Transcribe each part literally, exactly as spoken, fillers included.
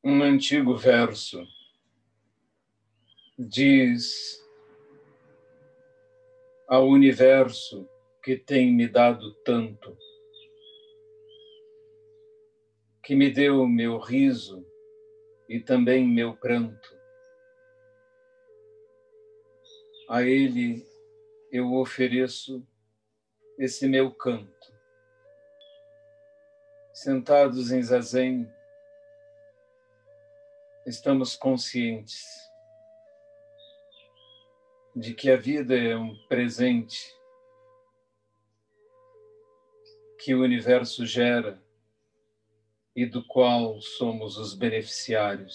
Um antigo verso diz ao universo que tem me dado tanto, que me deu meu riso e também meu pranto. A ele eu ofereço esse meu canto. Sentados em zazen, estamos conscientes de que a vida é um presente que o universo gera e do qual somos os beneficiários.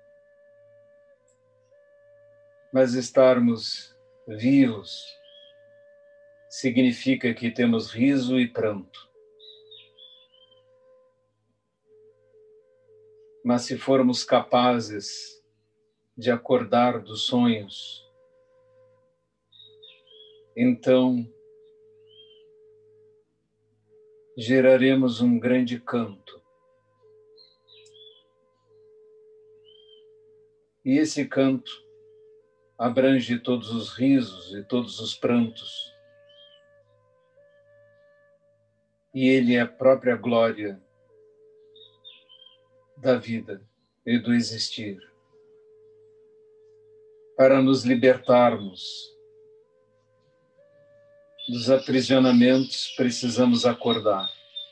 Mas estarmos vivos significa que temos riso e pranto. Mas se formos capazes de acordar dos sonhos, então geraremos um grande canto. E esse canto abrange todos os risos e todos os prantos. E ele é a própria glória da vida e do existir. Para nos libertarmos dos aprisionamentos, precisamos acordar.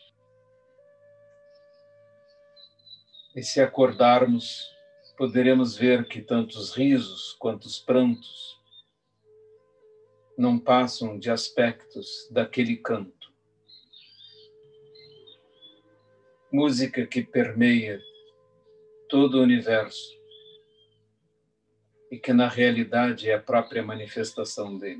E se acordarmos, poderemos ver que tanto os risos quanto os prantos não passam de aspectos daquele canto. Música que permeia todo o universo e que na realidade é a própria manifestação dele.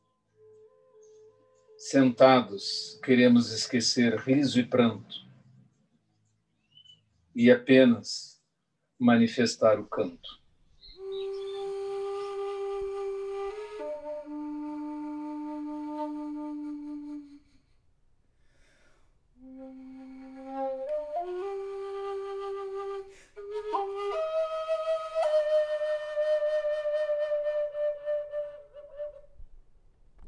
Sentados, queremos esquecer riso e pranto e apenas manifestar o canto.